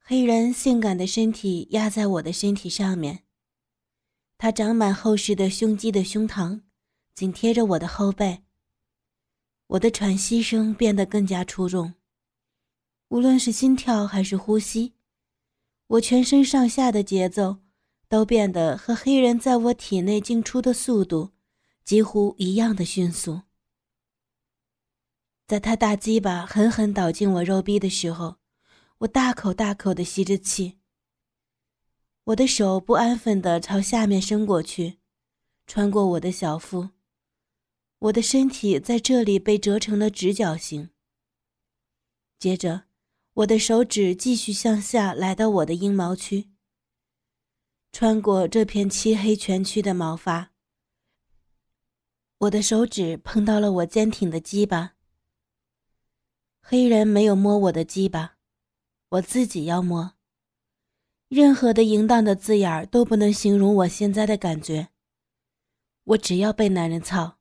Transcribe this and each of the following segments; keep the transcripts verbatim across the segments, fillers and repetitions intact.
黑人性感的身体压在我的身体上面，他长满厚实的胸肌的胸膛紧贴着我的后背，我的喘息声变得更加出众，无论是心跳还是呼吸，我全身上下的节奏都变得和黑人在我体内进出的速度几乎一样的迅速。在他大鸡巴狠狠倒进我肉壁的时候，我大口大口地吸着气，我的手不安分地朝下面伸过去，穿过我的小腹，我的身体在这里被折成了直角形。接着，我的手指继续向下来到我的阴毛区，穿过这片漆黑蜷曲的毛发，我的手指碰到了我坚挺的鸡巴。黑人没有摸我的鸡巴，我自己要摸。任何的淫荡的字眼都不能形容我现在的感觉，我只要被男人操。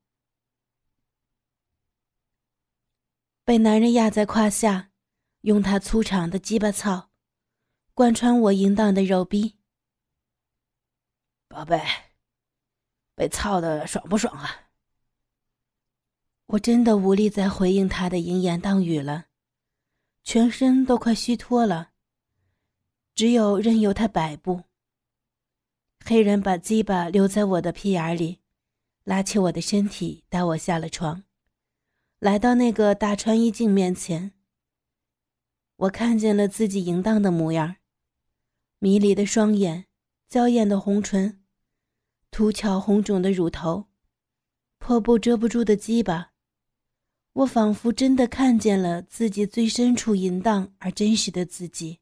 被男人压在胯下，用他粗长的鸡巴操贯穿我淫荡的肉壁。 宝贝，被操得爽不爽啊？ 我真的无力再回应他的淫言荡语了，全身都快虚脱了，只有任由他摆布。黑人把鸡巴留在我的屁眼里，拉起我的身体带我下了床，来到那个大穿衣镜面前。我看见了自己淫荡的模样，迷离的双眼，娇艳的红唇，凸翘红肿的乳头，破布遮不住的鸡巴。我仿佛真的看见了自己最深处淫荡而真实的自己。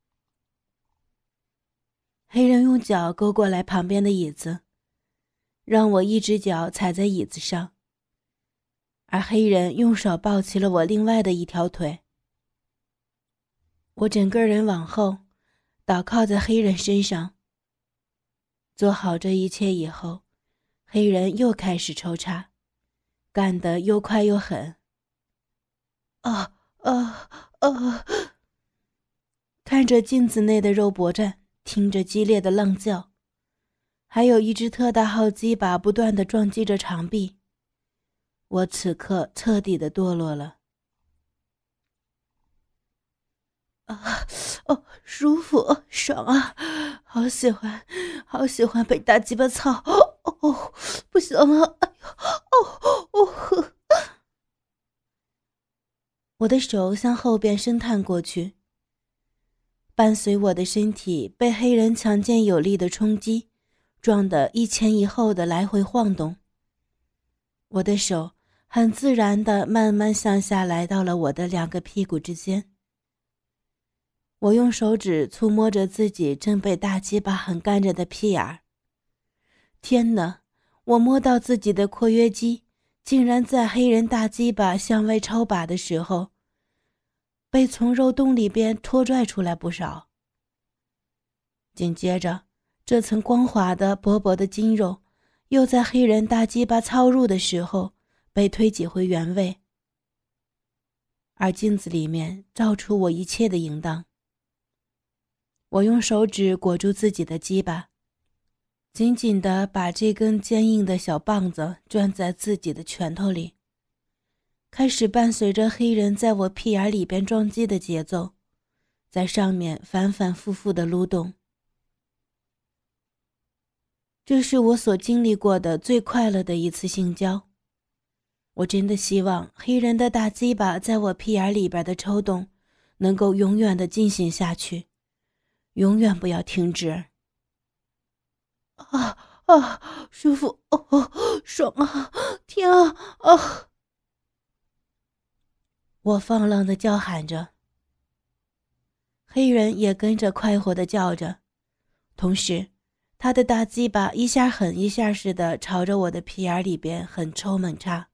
黑人用脚勾过来旁边的椅子，让我一只脚踩在椅子上，而黑人用手抱起了我另外的一条腿。我整个人往后倒靠在黑人身上。做好这一切以后，黑人又开始抽插，干得又快又狠。啊啊啊！看着镜子内的肉搏战，听着激烈的浪叫，还有一只特大号鸡巴不断地撞击着墙壁，我此刻彻底的堕落了。啊哦，舒服，爽啊，好喜欢，好喜欢被大鸡巴操！哦哦，不行了，哎呦，哦哦呵！我的手向后边伸探过去，伴随我的身体被黑人强健有力的冲击，撞得一前一后的来回晃动。我的手很自然地慢慢向下来到了我的两个屁股之间。我用手指触摸着自己正被大鸡巴狠干着的屁眼儿。天哪，我摸到自己的括约肌竟然在黑人大鸡巴向外超拔的时候，被从肉洞里边拖拽出来不少。紧接着，这层光滑的薄薄的筋肉又在黑人大鸡巴操入的时候被推挤回原位，而镜子里面照出我一切的淫荡。我用手指裹住自己的鸡巴，紧紧地把这根坚硬的小棒子攥在自己的拳头里，开始伴随着黑人在我屁眼里边撞击的节奏，在上面反反复复地撸动。这是我所经历过的最快乐的一次性交。我真的希望黑人的大鸡巴在我屁眼里边的抽动能够永远地进行下去，永远不要停止。啊啊，舒服，哦哦，爽啊，天啊啊！我放浪的叫喊着，黑人也跟着快活的叫着，同时他的大鸡巴一下狠一下似的朝着我的屁眼里边狠抽猛插。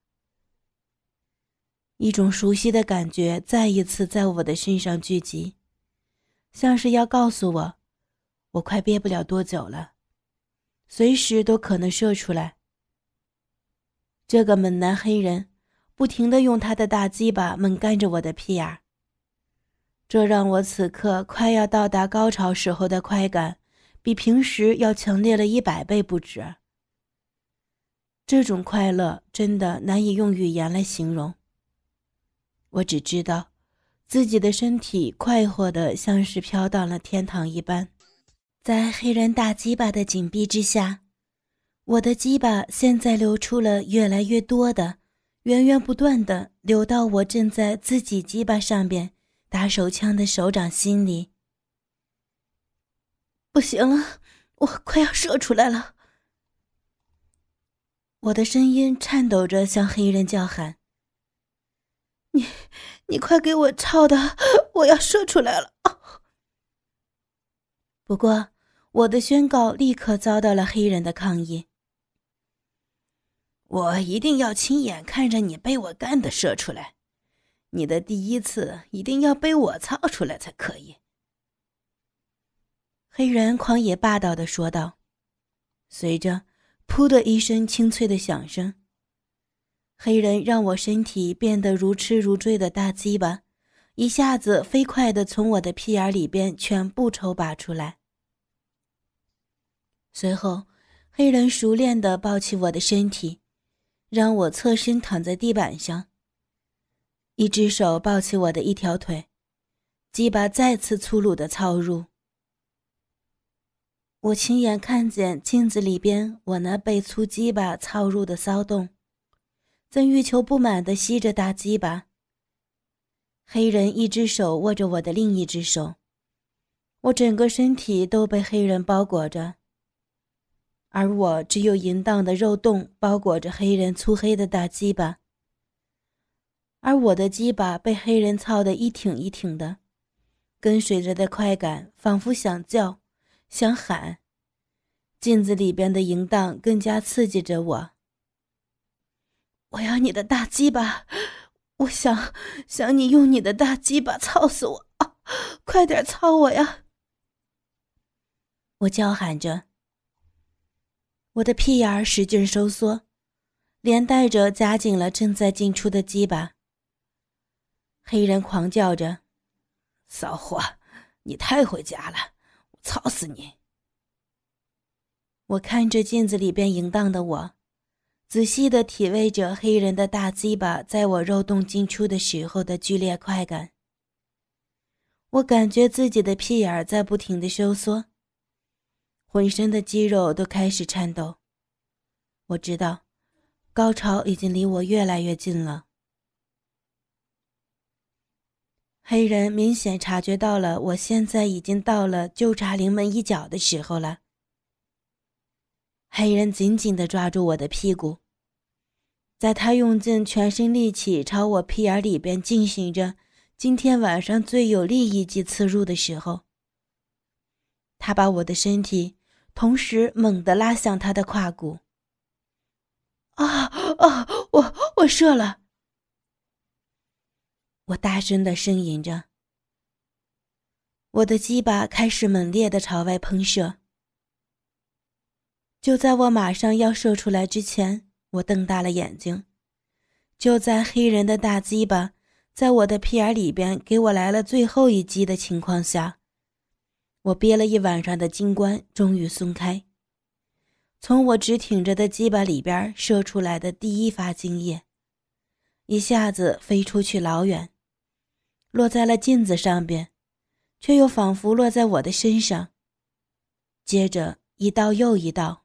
一种熟悉的感觉再一次在我的身上聚集，像是要告诉我，我快憋不了多久了，随时都可能射出来。这个猛男黑人不停地用他的大鸡巴猛干着我的屁眼， 这让我此刻快要到达高潮时候的快感，比平时要强烈了一百倍不止。这种快乐真的难以用语言来形容。我只知道，自己的身体快活得像是飘到了天堂一般。在黑人大鸡巴的紧逼之下，我的鸡巴现在流出了越来越多的、源源不断的流到我正在自己鸡巴上边打手枪的手掌心里。不行了，我快要射出来了。我的声音颤抖着向黑人叫喊：你你快给我操的，我要射出来了。不过我的宣告立刻遭到了黑人的抗议。我一定要亲眼看着你被我干的射出来，你的第一次一定要被我操出来才可以。黑人狂野霸道地说道。随着噗的一声清脆的响声，黑人让我身体变得如痴如醉的大鸡巴一下子飞快地从我的屁眼里边全部抽拔出来。随后黑人熟练地抱起我的身体，让我侧身躺在地板上，一只手抱起我的一条腿，鸡巴再次粗鲁地操入。我亲眼看见镜子里边我那被粗鸡巴操入的骚动，正欲求不满地吸着大鸡巴。黑人一只手握着我的另一只手，我整个身体都被黑人包裹着，而我只有淫荡的肉洞包裹着黑人粗黑的大鸡巴，而我的鸡巴被黑人操得一挺一挺的，跟随着的快感仿佛想叫想喊，镜子里边的淫荡更加刺激着我。我要你的大鸡巴，我想想你用你的大鸡巴操死我，啊，快点操我呀！我叫喊着，我的屁眼使劲收缩，连带着夹紧了正在进出的鸡巴。黑人狂叫着：骚货，你太会夹了，我操死你！我看着镜子里边淫荡的我，仔细地体味着黑人的大鸡巴在我肉洞进出的时候的剧烈快感。我感觉自己的屁眼在不停地收缩，浑身的肌肉都开始颤抖。我知道，高潮已经离我越来越近了。黑人明显察觉到了我现在已经到了就差临门一脚的时候了。黑人紧紧地抓住我的屁股，在他用尽全身力气朝我屁眼里边进行着今天晚上最有力一击刺入的时候，他把我的身体同时猛地拉向他的胯骨。啊啊！我我射了！我大声地呻吟着，我的鸡巴开始猛烈地朝外喷射。就在我马上要射出来之前，我瞪大了眼睛，就在黑人的大鸡巴在我的屁眼里边给我来了最后一击的情况下，我憋了一晚上的精关终于松开，从我直挺着的鸡巴里边射出来的第一发精液，一下子飞出去老远，落在了镜子上边，却又仿佛落在我的身上，接着一道又一道。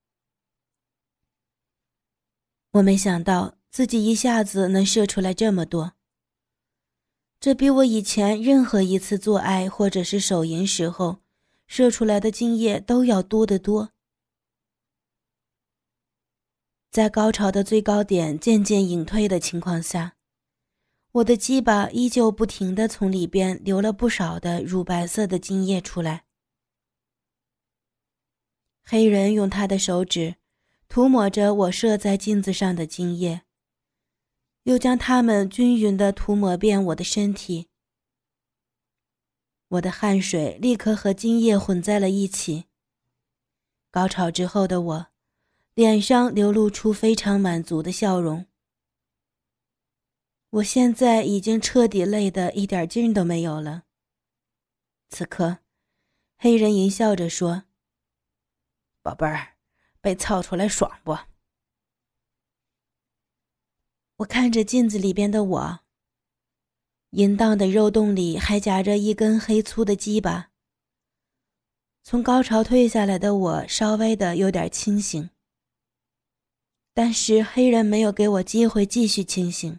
我没想到自己一下子能射出来这么多，这比我以前任何一次做爱或者是手淫时候射出来的精液都要多得多。在高潮的最高点渐渐隐退的情况下，我的鸡巴依旧不停地从里边流了不少的乳白色的精液出来。黑人用他的手指涂抹着我射在镜子上的精液，又将它们均匀地涂抹遍我的身体。我的汗水立刻和精液混在了一起。高潮之后的我，脸上流露出非常满足的笑容。我现在已经彻底累得一点劲都没有了。 此刻，黑人淫笑着说：“ 宝贝儿，被操出来爽不？” 我看着镜子里边的我，淫荡的肉洞里还夹着一根黑粗的鸡巴。从高潮退下来的我稍微的有点清醒，但是黑人没有给我机会继续清醒，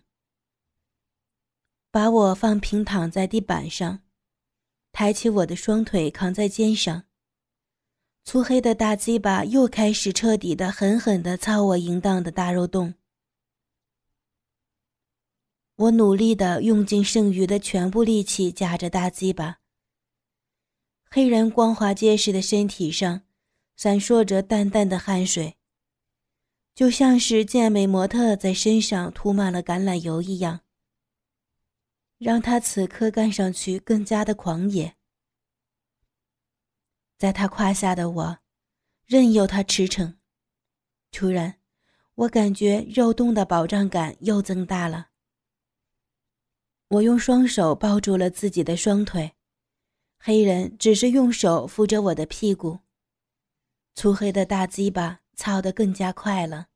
把我放平躺在地板上，抬起我的双腿扛在肩上，粗黑的大鸡巴又开始彻底的狠狠地操我淫荡的大肉洞。我努力地用尽剩余的全部力气夹着大鸡巴，黑人光滑结实的身体上闪烁着淡淡的汗水，就像是健美模特在身上涂满了橄榄油一样，让他此刻看上去更加的狂野。在他胯下的我任由他驰骋，突然我感觉肉洞的饱胀感又增大了。我用双手抱住了自己的双腿，黑人只是用手扶着我的屁股，粗黑的大鸡巴操得更加快了。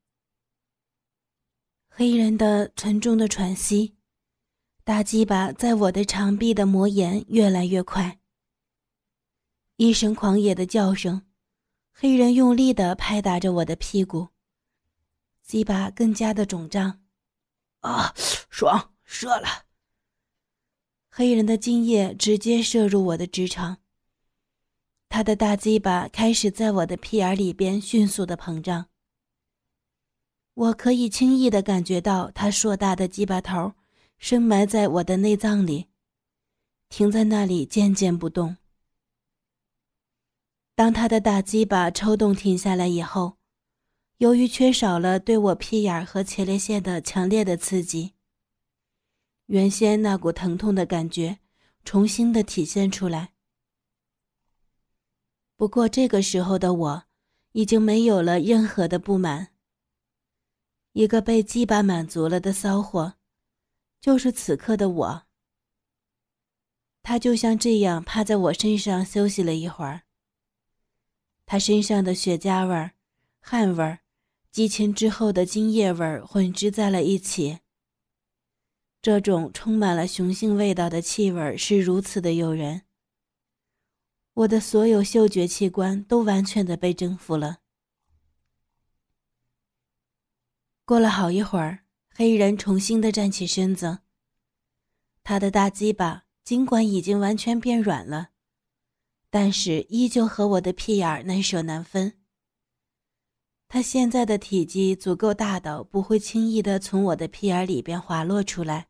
黑人的沉重的喘息，大鸡巴在我的长臂的磨研越来越快。一声狂野的叫声，黑人用力地拍打着我的屁股，鸡巴更加的肿胀。 啊，爽，射了！ 黑人的精液直接射入我的直肠，他的大鸡巴开始在我的屁眼里边迅速的膨胀。我可以轻易地感觉到他硕大的鸡巴头深埋在我的内脏里，停在那里渐渐不动。当他的大鸡巴抽动停下来以后，由于缺少了对我屁眼和前列腺的强烈的刺激，原先那股疼痛的感觉重新的体现出来。不过这个时候的我已经没有了任何的不满。一个被鸡巴满足了的骚货，就是此刻的我。他就像这样趴在我身上休息了一会儿。他身上的血浆味儿、汗味儿、激情之后的精液味儿混织在了一起。这种充满了雄性味道的气味是如此的诱人，我的所有嗅觉器官都完全的被征服了。过了好一会儿，黑人重新的站起身子，他的大鸡巴尽管已经完全变软了，但是依旧和我的屁眼难舍难分。他现在的体积足够大到不会轻易的从我的屁眼里边滑落出来。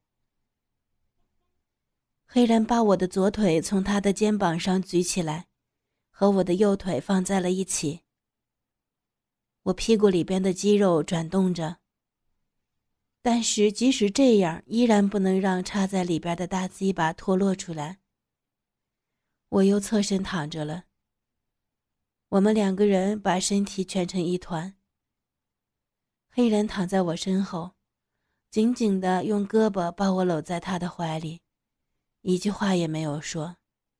黑人把我的左腿从他的肩膀上举起来，和我的右腿放在了一起。我屁股里边的肌肉转动着，但是即使这样，依然不能让插在里边的大鸡巴脱落出来。我又侧身躺着了。我们两个人把身体蜷成一团。黑人躺在我身后，紧紧地用胳膊把我搂在他的怀里，一句话也没有说。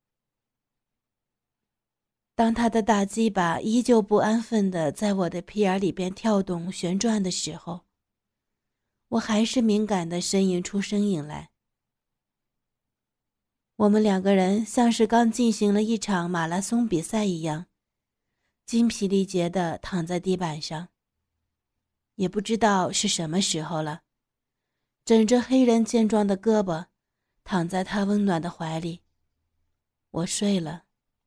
当他的大鸡巴依旧不安分地在我的屁眼里边跳动旋转的时候，我还是敏感地呻吟出声音来。我们两个人像是刚进行了一场马拉松比赛一样，精疲力竭地躺在地板上。也不知道是什么时候了，枕着黑人健壮的胳膊，躺在他温暖的怀里，我睡了。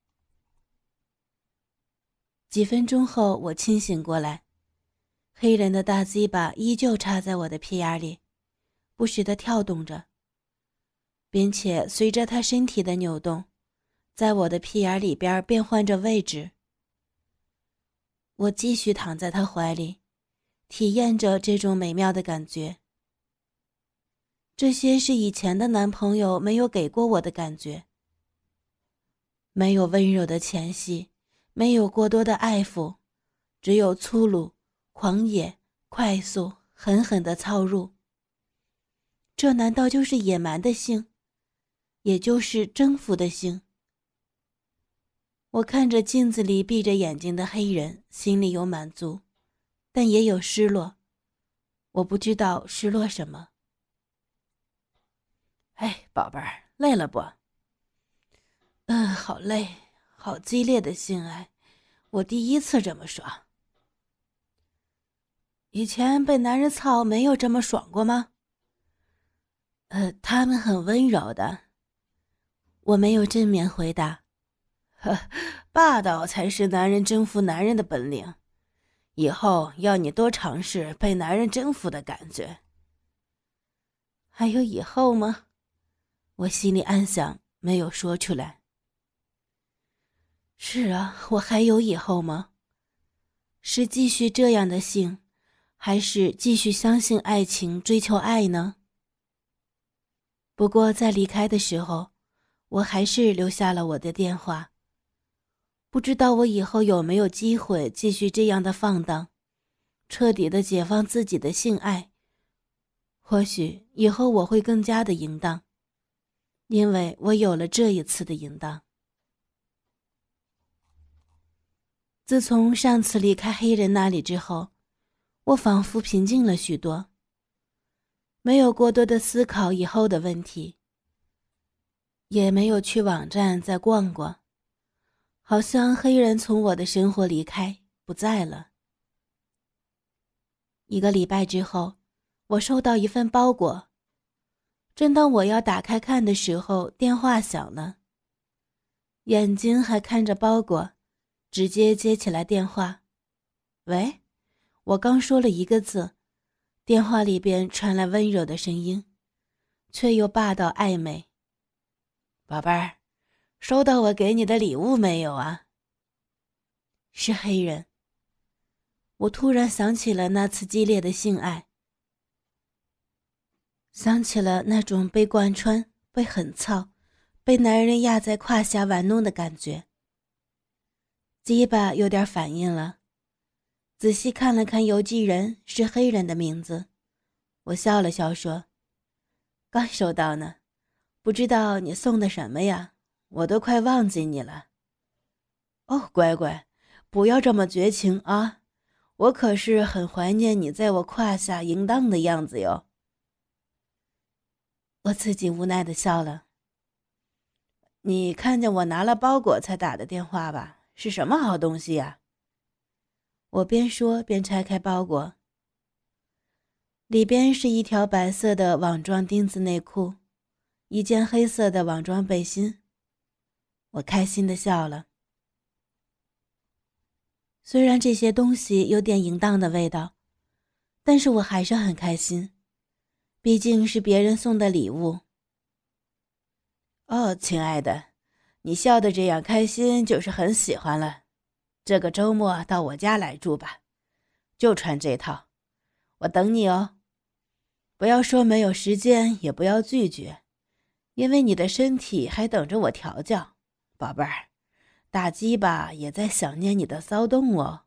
几分钟后，我清醒过来，黑人的大鸡巴依旧插在我的屁眼里，不时地跳动着，并且随着他身体的扭动，在我的屁眼里边变换着位置。我继续躺在他怀里，体验着这种美妙的感觉。这些是以前的男朋友没有给过我的感觉，没有温柔的前戏，没有过多的爱抚，只有粗鲁、狂野、快速、狠狠的操入。这难道就是野蛮的性，也就是征服的性？ 我看着镜子里闭着眼睛的黑人，心里有满足，但也有失落。我不知道失落什么。 哎，宝贝儿，累了不？ 嗯，好累，好激烈的性爱，我第一次这么爽。 以前被男人操没有这么爽过吗？ 呃，他们很温柔的。我没有正面回答。 呵，霸道才是男人征服男人的本领。以后要你多尝试被男人征服的感觉。 还有以后吗？我心里暗想，没有说出来。是啊，我还有以后吗？是继续这样的性，还是继续相信爱情，追求爱呢？不过在离开的时候，我还是留下了我的电话。不知道我以后有没有机会继续这样的放荡，彻底的解放自己的性爱。或许以后我会更加的淫荡，因为我有了这一次的淫荡。自从上次离开黑人那里之后，我仿佛平静了许多，没有过多的思考以后的问题，也没有去网站再逛过，好像黑人从我的生活离开，不在了。一个礼拜之后，我收到一份包裹，正当我要打开看的时候，电话响了。眼睛还看着包裹，直接接起来电话。喂，我刚说了一个字，电话里边传来温柔的声音，却又霸道暧昧。 宝贝儿，收到我给你的礼物没有啊？ 是黑人。我突然想起了那次激烈的性爱，想起了那种被贯穿、被狠操、被男人压在胯下玩弄的感觉。鸡巴有点反应了，仔细看了看邮寄人是黑人的名字，我笑了笑说：“刚收到呢，不知道你送的什么呀？我都快忘记你了。” 哦，乖乖，不要这么绝情啊！我可是很怀念你在我胯下淫荡的样子哟。 我自己无奈地笑了。 你看见我拿了包裹才打的电话吧？是什么好东西呀？ 我边说边拆开包裹，里边是一条白色的网状丁字内裤，一件黑色的网状背心。我开心地笑了。虽然这些东西有点淫荡的味道，但是我还是很开心，毕竟是别人送的礼物。 哦，亲爱的，你笑得这样开心就是很喜欢了。这个周末到我家来住吧，就穿这套，我等你哦。不要说没有时间，也不要拒绝，因为你的身体还等着我调教，宝贝儿。大鸡巴也在想念你的骚动哦。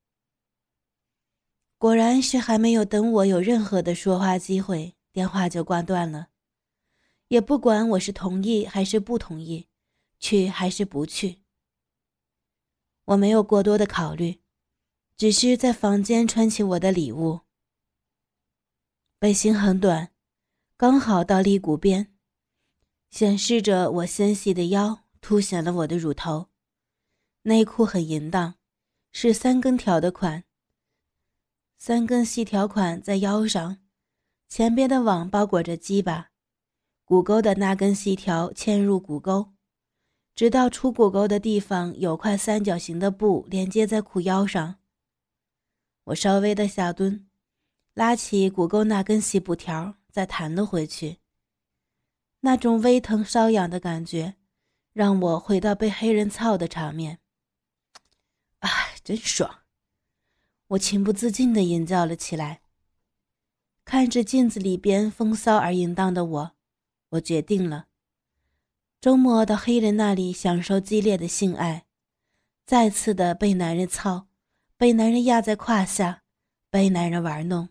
果然是还没有等我有任何的说话机会，电话就挂断了。也不管我是同意还是不同意，去还是不去。我没有过多的考虑，只是在房间穿起我的礼物。背心很短，刚好到肋骨边，显示着我纤细的腰，凸显了我的乳头。内裤很淫荡，是三根条的款，三根细条款在腰上，前边的网包裹着鸡巴，骨沟的那根细条嵌入骨沟，直到出骨沟的地方有块三角形的布连接在裤腰上。我稍微的下蹲，拉起骨沟那根细布条，再弹了回去。那种微疼瘙痒的感觉，让我回到被黑人操的场面。 啊，真爽！ 我情不自禁地吟叫了起来。看着镜子里边风骚而淫荡的我，我决定了，周末到黑人那里享受激烈的性爱，再次的被男人操，被男人压在胯下，被男人玩弄。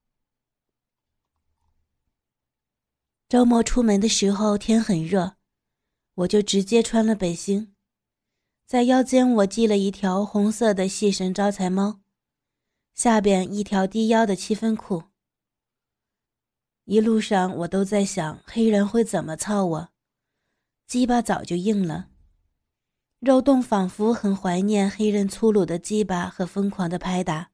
周末出门的时候天很热，我就直接穿了背心。 在腰间我系了一条红色的细绳招财猫，下边一条低腰的七分裤。一路上我都在想黑人会怎么操我，鸡巴早就硬了。肉洞仿佛很怀念黑人粗鲁的鸡巴和疯狂的拍打。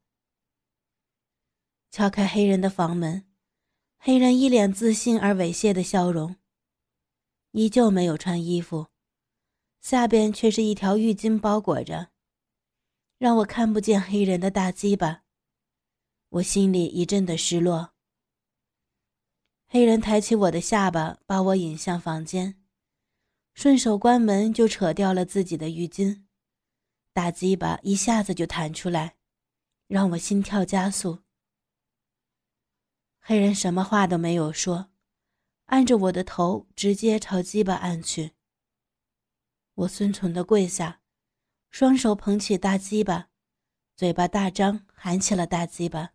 敲开黑人的房门，黑人一脸自信而猥亵的笑容，依旧没有穿衣服，下边却是一条浴巾包裹着，让我看不见黑人的大鸡巴。我心里一阵的失落。黑人抬起我的下巴，把我引向房间，顺手关门就扯掉了自己的浴巾，大鸡巴一下子就弹出来，让我心跳加速。黑人什么话都没有说，按着我的头直接朝鸡巴按去。我顺从地跪下，双手捧起大鸡巴，嘴巴大张含起了大鸡巴。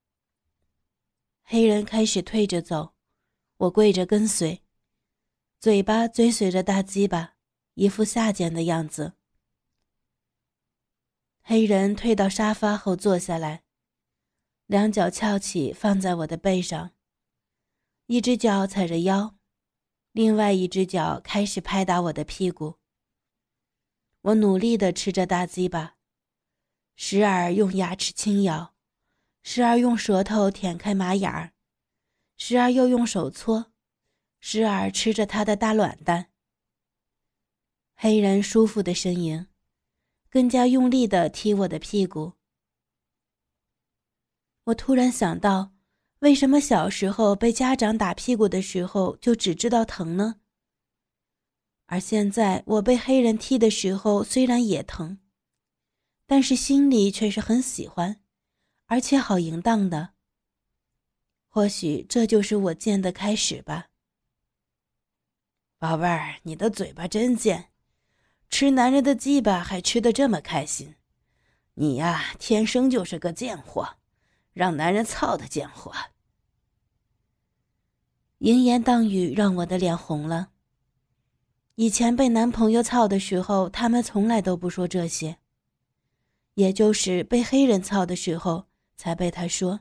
黑人开始退着走，我跪着跟随，嘴巴追随着大鸡巴，一副下贱的样子。黑人退到沙发后坐下来，两脚翘起放在我的背上，一只脚踩着腰，另外一只脚开始拍打我的屁股。我努力地吃着大鸡巴，时而用牙齿轻咬，时而用舌头舔开马眼儿，时而又用手搓，时而吃着他的大卵蛋。黑人舒服的呻吟，更加用力地踢我的屁股。我突然想到，为什么小时候被家长打屁股的时候就只知道疼呢？而现在我被黑人踢的时候虽然也疼，但是心里却是很喜欢，而且好淫荡的。或许这就是我贱的开始吧。 宝贝儿，你的嘴巴真贱，吃男人的鸡巴还吃得这么开心。你呀，天生就是个贱货，让男人操的贱货。 淫言荡语让我的脸红了。以前被男朋友操的时候，他们从来都不说这些，也就是被黑人操的时候才被他说。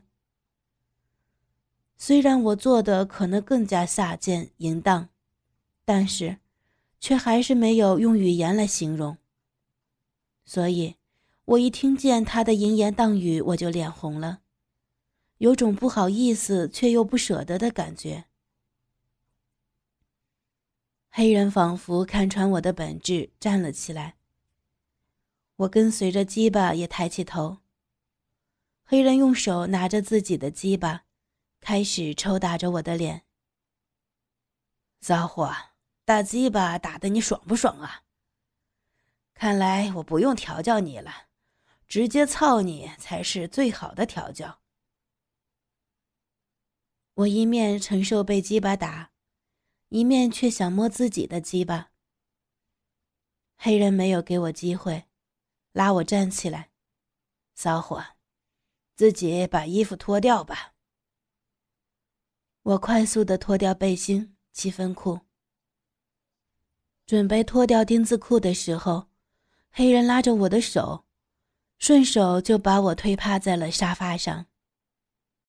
虽然我做的可能更加下贱淫荡，但是却还是没有用语言来形容。所以我一听见他的淫言荡语，我就脸红了，有种不好意思却又不舍得的感觉。黑人仿佛看穿我的本质，站了起来。我跟随着鸡巴也抬起头。黑人用手拿着自己的鸡巴，开始抽打着我的脸。 骚货，大鸡巴打得你爽不爽啊？看来我不用调教你了，直接操你才是最好的调教。 我一面承受被鸡巴打，一面却想摸自己的鸡巴。黑人没有给我机会，拉我站起来。 骚货，自己把衣服脱掉吧。 我快速地脱掉背心、七分裤。准备脱掉丁字裤的时候，黑人拉着我的手，顺手就把我推趴在了沙发上。